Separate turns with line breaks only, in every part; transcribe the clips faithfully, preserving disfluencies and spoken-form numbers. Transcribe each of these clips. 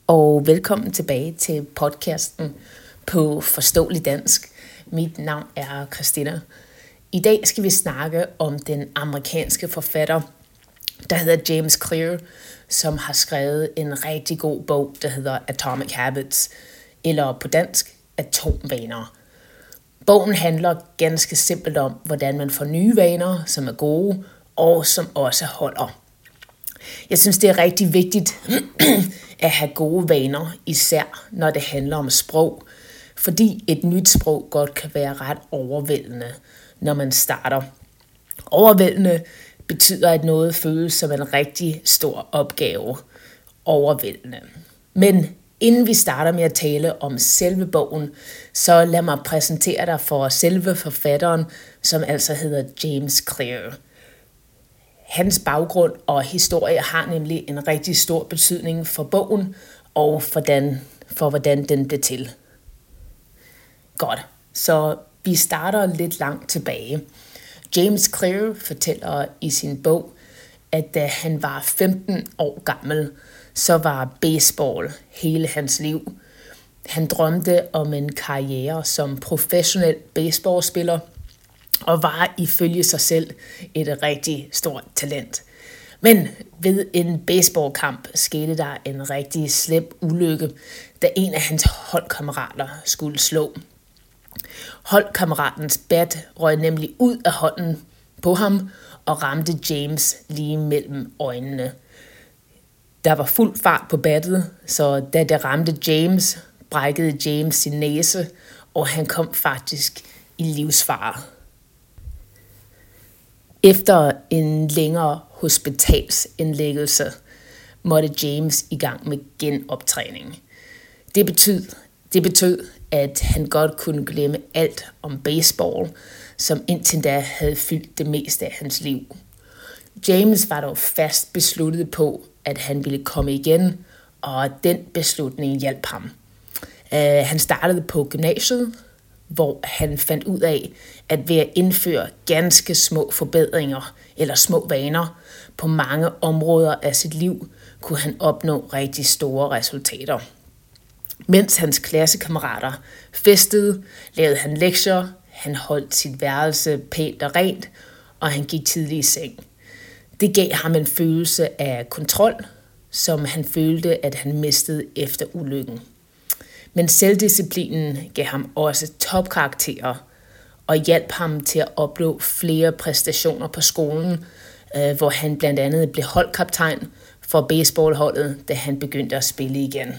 og velkommen tilbage til podcasten på Forståelig Dansk. Mit navn er Christina. I dag skal vi snakke om den amerikanske forfatter, der hedder James Clear, som har skrevet en rigtig god bog, der hedder Atomic Habits, eller på dansk Atomvaner. Bogen handler ganske simpelt om, hvordan man får nye vaner, som er gode og som også holder. Jeg synes, det er rigtig vigtigt at have gode vaner, især når det handler om sprog, fordi et nyt sprog godt kan være ret overvældende, når man starter. Overvældende betyder, at noget føles som en rigtig stor opgave. Overvældende. Men inden vi starter med at tale om selve bogen, så lad mig præsentere dig for selve forfatteren, som altså hedder James Clear. Hans baggrund og historie har nemlig en rigtig stor betydning for bogen og for, den, for hvordan den blev til. Godt, så vi starter lidt langt tilbage. James Clear fortæller i sin bog, at da han var femten år gammel, så var baseball hele hans liv. Han drømte om en karriere som professionel baseballspiller, og var ifølge sig selv et rigtig stort talent. Men ved en baseballkamp skete der en rigtig slem ulykke, da en af hans holdkammerater skulle slå. Holdkammeratens bat røg nemlig ud af hånden på ham og ramte James lige mellem øjnene. Der var fuld fart på battet, så da det ramte James, brækkede James sin næse, og han kom faktisk i livsfare. Efter en længere hospitalsindlæggelse måtte James i gang med genoptræning. Det betød, det betød, at han godt kunne glemme alt om baseball, som indtil da havde fyldt det meste af hans liv. James var dog fast besluttet på, at han ville komme igen, og den beslutning hjalp ham. Uh, han startede på gymnasiet, hvor han fandt ud af, at ved at indføre ganske små forbedringer eller små vaner på mange områder af sit liv, kunne han opnå rigtig store resultater. Mens hans klassekammerater festede, lavede han lektier, han holdt sit værelse pænt og rent, og han gik tidligt i seng. Det gav ham en følelse af kontrol, som han følte, at han mistede efter ulykken. Men selvdisciplinen gav ham også topkarakterer og hjalp ham til at opnå flere præstationer på skolen, hvor han blandt andet blev holdkaptajn for baseballholdet, da han begyndte at spille igen.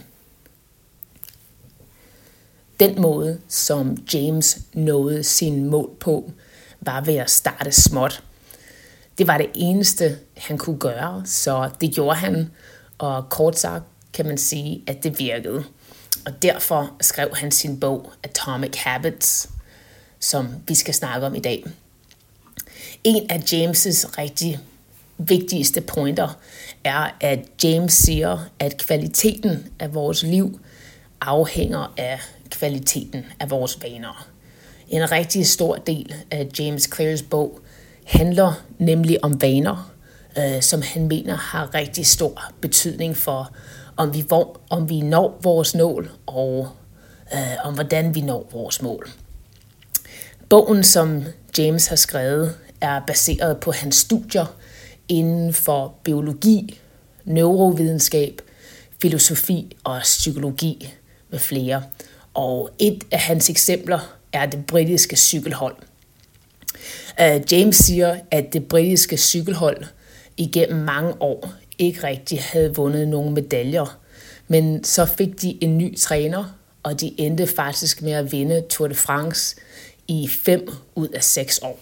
Den måde, som James nåede sin mål på, var ved at starte småt. Det var det eneste, han kunne gøre, så det gjorde han, og kort sagt kan man sige, at det virkede. Og derfor skrev han sin bog Atomic Habits, som vi skal snakke om i dag. En af James' rigtig vigtigste pointer er, at James siger, at kvaliteten af vores liv afhænger af kvaliteten af vores vaner. En rigtig stor del af James Clears bog handler nemlig om vaner, øh, som han mener har rigtig stor betydning for, om vi, hvor, om vi når vores mål, og øh, om hvordan vi når vores mål. Bogen, som James har skrevet, er baseret på hans studier inden for biologi, neurovidenskab, filosofi og psykologi med flere. Og et af hans eksempler er det britiske cykelhold. Uh, James siger, at det britiske cykelhold igennem mange år ikke rigtig havde vundet nogen medaljer, men så fik de en ny træner, og de endte faktisk med at vinde Tour de France i fem ud af seks år.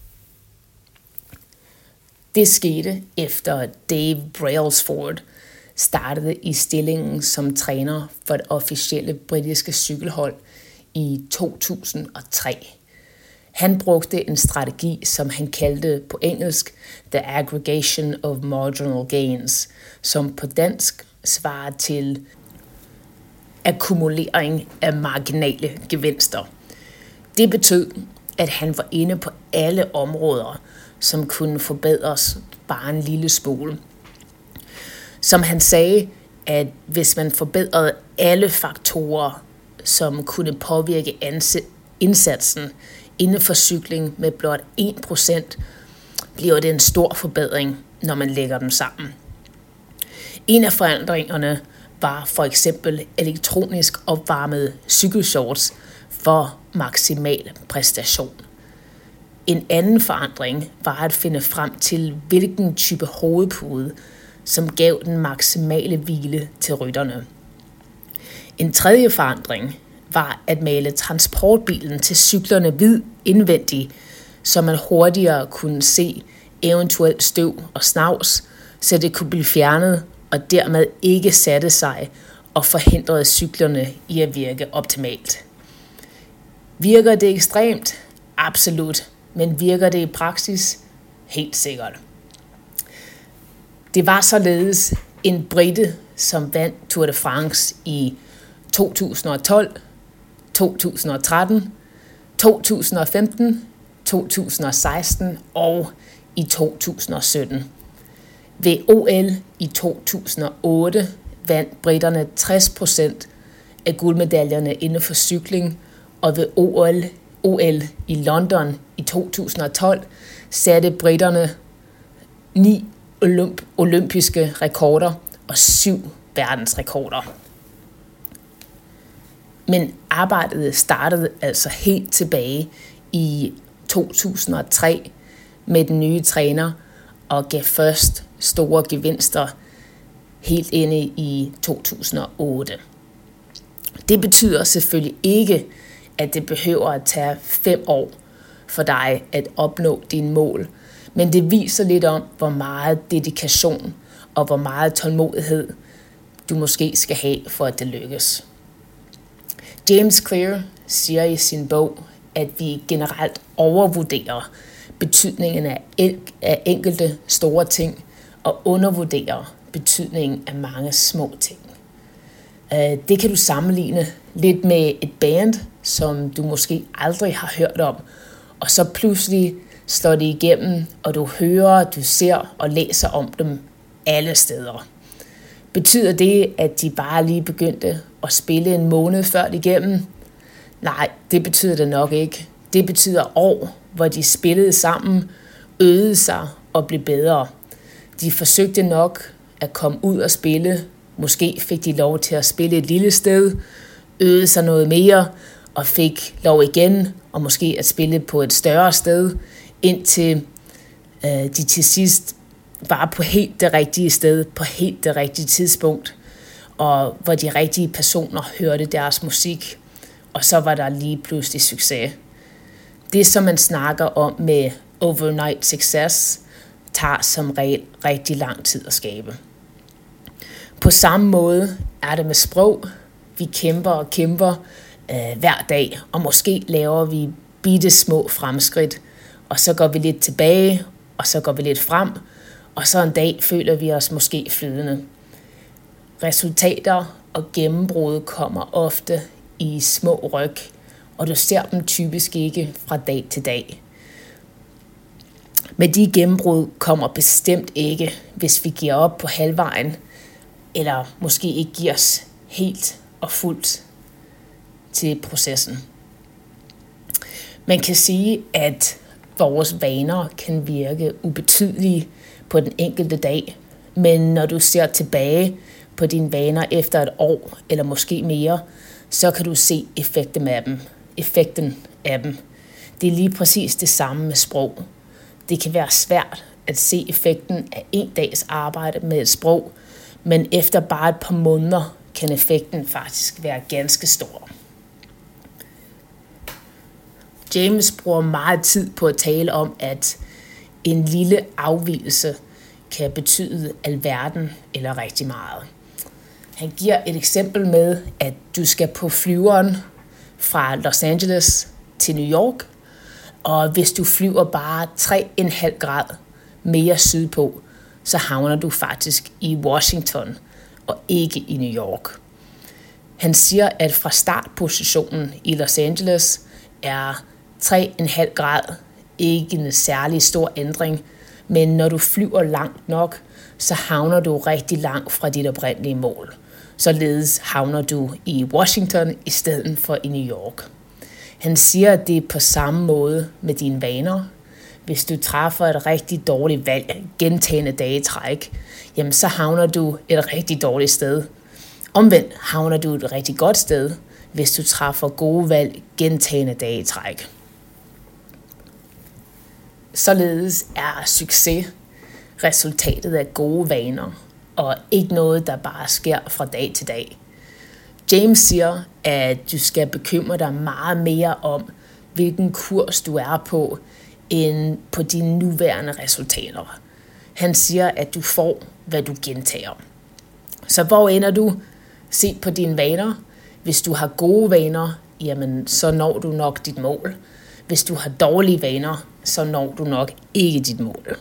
Det skete efter Dave Brailsford startede i stillingen som træner for det officielle britiske cykelhold i to tusind og tre. Han brugte en strategi, som han kaldte på engelsk The Aggregation of Marginal Gains, som på dansk svarer til akkumulering af marginale gevinster. Det betød, at han var inde på alle områder, som kunne forbedres bare en lille smule. Som han sagde, at hvis man forbedrede alle faktorer, som kunne påvirke indsatsen inden for cykling med blot en procent, bliver det en stor forbedring, når man lægger dem sammen. En af forandringerne var for eksempel elektronisk opvarmede cykelshorts for maksimal præstation. En anden forandring var at finde frem til, hvilken type hovedpude, som gav den maksimale hvile til rytterne. En tredje forandring var at male transportbilen til cyklerne hvid indvendig, så man hurtigere kunne se eventuelt støv og snavs, så det kunne blive fjernet og dermed ikke satte sig og forhindrede cyklerne i at virke optimalt. Virker det ekstremt? Absolut. Men virker det i praksis? Helt sikkert. Det var således en brite, som vandt Tour de France i to tusind og tolv, to tusind og tretten, to tusind og femten, to tusind og seksten og i to tusind og sytten. Ved O L i to tusind og otte vandt briterne tres procent af guldmedaljerne inden for cykling, og ved O L, O L i London i to tusind og tolv satte briterne ni olymp- olympiske rekorder og syv verdensrekorder. Men arbejdet startede altså helt tilbage i to tusind og tre med den nye træner og gav først store gevinster helt inde i to tusind og otte. Det betyder selvfølgelig ikke, at det behøver at tage fem år for dig at opnå dine mål, men det viser lidt om, hvor meget dedikation og hvor meget tålmodighed du måske skal have for at det lykkes. James Clear siger i sin bog, at vi generelt overvurderer betydningen af, el- af enkelte store ting og undervurderer betydningen af mange små ting. Det kan du sammenligne lidt med et band, som du måske aldrig har hørt om, og så pludselig slår det igennem, og du hører, du ser og læser om dem alle steder. Betyder det, at de bare lige begyndte at spille en måned før det igennem? Nej, det betyder det nok ikke. Det betyder år, hvor de spillede sammen, øvede sig og blev bedre. De forsøgte nok at komme ud og spille. Måske fik de lov til at spille et lille sted, øvede sig noget mere og fik lov igen, og måske at spille på et større sted, indtil øh, de til sidst var på helt det rigtige sted, på helt det rigtige tidspunkt, og hvor de rigtige personer hørte deres musik, og så var der lige pludselig succes. Det, som man snakker om med overnight success, tager som regel rigtig lang tid at skabe. På samme måde er det med sprog. Vi kæmper og kæmper øh, hver dag, og måske laver vi bitte små fremskridt, og så går vi lidt tilbage, og så går vi lidt frem, og så en dag føler vi os måske flydende. Resultater og gennembrud kommer ofte i små ryk, og du ser dem typisk ikke fra dag til dag. Men de gennembrud kommer bestemt ikke, hvis vi giver op på halvvejen, eller måske ikke giver os helt og fuldt til processen. Man kan sige, at vores vaner kan virke ubetydelige på den enkelte dag, men når du ser tilbage på dine vaner efter et år eller måske mere, så kan du se effekten af dem. Effekten af dem. Det er lige præcis det samme med sprog. Det kan være svært at se effekten af en dags arbejde med et sprog, men efter bare et par måneder kan effekten faktisk være ganske stor. James bruger meget tid på at tale om, at en lille afvigelse kan betyde alverden eller rigtig meget. Han giver et eksempel med, at du skal på flyveren fra Los Angeles til New York, og hvis du flyver bare tre komma fem grad mere sydpå, så havner du faktisk i Washington og ikke i New York. Han siger, at fra startpositionen i Los Angeles er tre komma fem grad ikke en særlig stor ændring, men når du flyver langt nok, så havner du rigtig langt fra dit oprindelige mål. Således havner du i Washington i stedet for i New York. Han siger, at det er på samme måde med dine vaner. Hvis du træffer et rigtig dårligt valg gentagne dage i træk, jamen så havner du et rigtig dårligt sted. Omvendt havner du et rigtig godt sted, hvis du træffer gode valg gentagne dage i træk. Således er succes resultatet af gode vaner, og ikke noget, der bare sker fra dag til dag. James siger, at du skal bekymre dig meget mere om, hvilken kurs du er på, end på dine nuværende resultater. Han siger, at du får, hvad du gentager. Så hvor ender du? Se på dine vaner. Hvis du har gode vaner, jamen så når du nok dit mål. Hvis du har dårlige vaner, så når du nok ikke dit mål.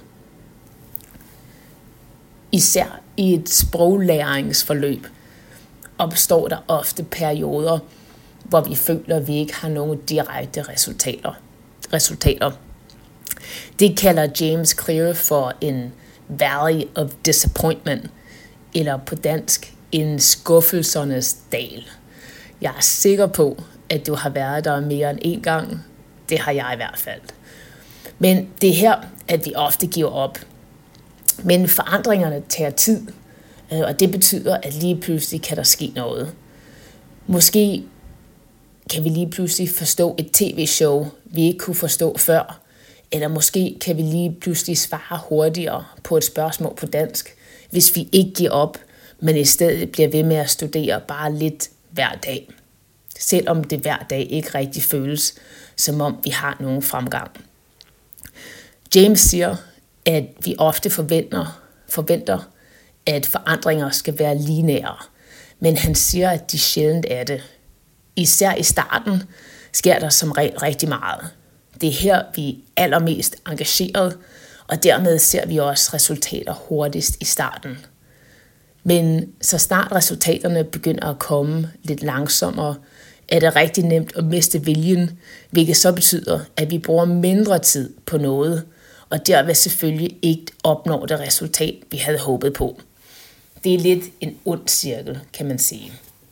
Især i et sproglæringsforløb opstår der ofte perioder, hvor vi føler, at vi ikke har nogen direkte resultater. resultater. Det kalder James Clear for en valley of disappointment, eller på dansk en skuffelsernes dal. Jeg er sikker på, at du har været der mere end en gang. Det har jeg i hvert fald. Men det er her, at vi ofte giver op. Men forandringerne tager tid, og det betyder, at lige pludselig kan der ske noget. Måske kan vi lige pludselig forstå et tv-show, vi ikke kunne forstå før, eller måske kan vi lige pludselig svare hurtigere på et spørgsmål på dansk, hvis vi ikke giver op, men i stedet bliver ved med at studere bare lidt hver dag. Selvom det hver dag ikke rigtig føles, som om vi har nogen fremgang. James siger, at vi ofte forventer, forventer, at forandringer skal være lineære, men han siger, at de sjældent er det. Især i starten sker der som regel rigtig meget. Det er her, vi er allermest engageret, og dermed ser vi også resultater hurtigst i starten. Men så snart resultaterne begynder at komme lidt langsommere, er det rigtig nemt at miste viljen, hvilket så betyder, at vi bruger mindre tid på noget, og derved selvfølgelig ikke opnår det resultat, vi havde håbet på. Det er lidt en ond cirkel, kan man sige.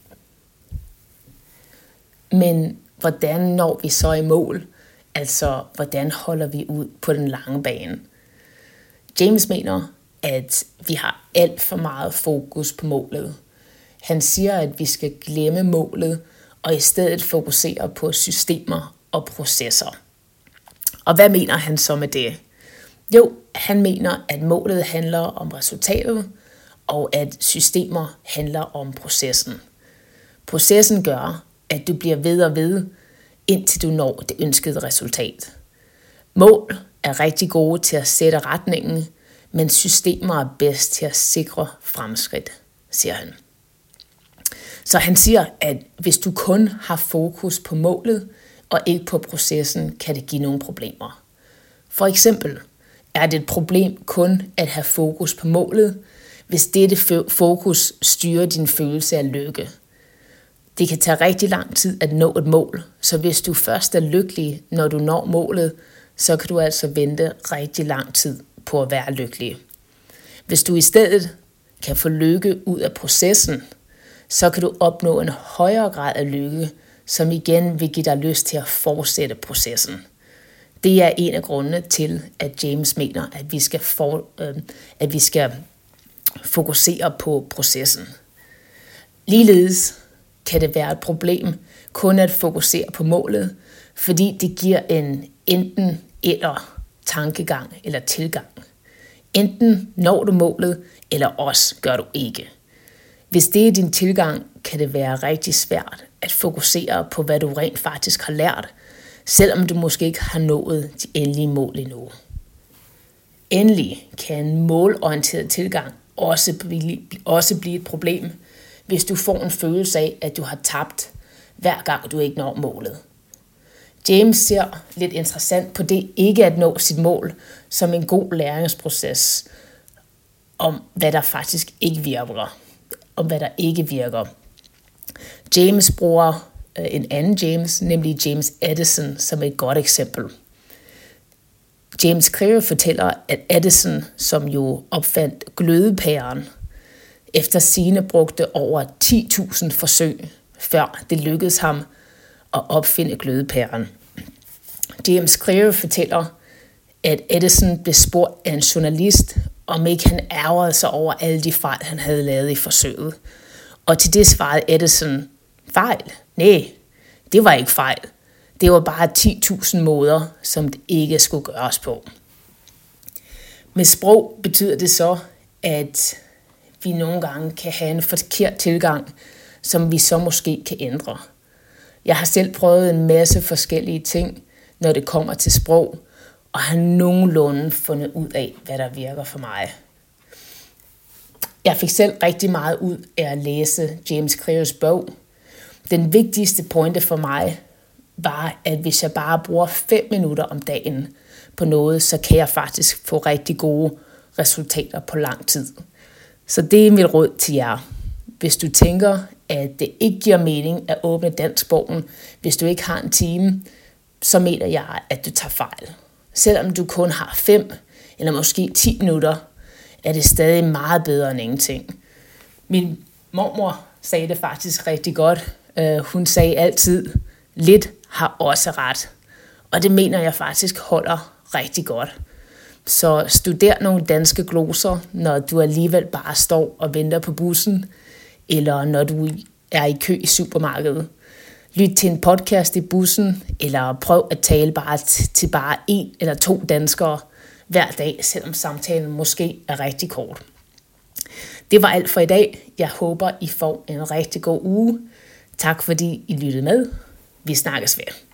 Men hvordan når vi så i mål? Altså, hvordan holder vi ud på den lange bane? James mener, at vi har alt for meget fokus på målet. Han siger, at vi skal glemme målet, og i stedet fokusere på systemer og processer. Og hvad mener han så med det? Jo, han mener, at målet handler om resultatet, og at systemer handler om processen. Processen gør, at du bliver ved og ved, indtil du når det ønskede resultat. Mål er rigtig gode til at sætte retningen, men systemer er bedst til at sikre fremskridt, siger han. Så han siger, at hvis du kun har fokus på målet og ikke på processen, kan det give nogle problemer. For eksempel er det et problem kun at have fokus på målet, hvis dette fokus styrer din følelse af lykke. Det kan tage rigtig lang tid at nå et mål, så hvis du først er lykkelig, når du når målet, så kan du altså vente rigtig lang tid på at være lykkelig. Hvis du i stedet kan få lykke ud af processen, så kan du opnå en højere grad af lykke, som igen vil give dig lyst til at fortsætte processen. Det er en af grundene til, at James mener, at vi skal, for, øh, at vi skal fokusere på processen. Ligeledes kan det være et problem kun at fokusere på målet, fordi det giver en enten eller tankegang eller tilgang. Enten når du målet, eller også gør du ikke. Hvis det er din tilgang, kan det være rigtig svært at fokusere på, hvad du rent faktisk har lært, selvom du måske ikke har nået de endelige mål endnu. Endelig kan en målorienteret tilgang også blive, også blive et problem, hvis du får en følelse af, at du har tabt, hver gang du ikke når målet. James ser lidt interessant på det ikke at nå sit mål som en god læringsproces om, hvad der faktisk ikke virker. Om hvad der ikke virker. James bruger en anden James, nemlig James Edison, som et godt eksempel. James Clear fortæller, at Edison, som jo opfandt glødepæren, efter sigende brugte over ti tusind forsøg, før det lykkedes ham at opfinde glødepæren. James Clear fortæller, at Edison blev spurgt af en journalist, om ikke han ærgerede sig over alle de fejl, han havde lavet i forsøget. Og til det svarede Edison, fejl? Nej, det var ikke fejl. Det var bare ti tusind måder, som det ikke skulle gøres på. Med sprog betyder det så, at vi nogle gange kan have en forkert tilgang, som vi så måske kan ændre. Jeg har selv prøvet en masse forskellige ting, når det kommer til sprog, og har nogenlunde fundet ud af, hvad der virker for mig. Jeg fik selv rigtig meget ud af at læse James Clears bog. Den vigtigste pointe for mig var, at hvis jeg bare bruger fem minutter om dagen på noget, så kan jeg faktisk få rigtig gode resultater på lang tid. Så det er mit råd til jer. Hvis du tænker, at det ikke giver mening at åbne danskbogen, hvis du ikke har en time, så mener jeg, at du tager fejl. Selvom du kun har fem eller måske ti minutter, er det stadig meget bedre end ingenting. Min mormor sagde det faktisk rigtig godt. Hun sagde altid, lidt har også ret. Og det mener jeg faktisk holder rigtig godt. Så studer nogle danske gloser, når du alligevel bare står og venter på bussen, eller når du er i kø i supermarkedet. Lyt til en podcast i bussen, eller prøv at tale bare til bare en eller to danskere hver dag, selvom samtalen måske er rigtig kort. Det var alt for i dag. Jeg håber, I får en rigtig god uge. Tak fordi I lyttede med. Vi snakkes ved.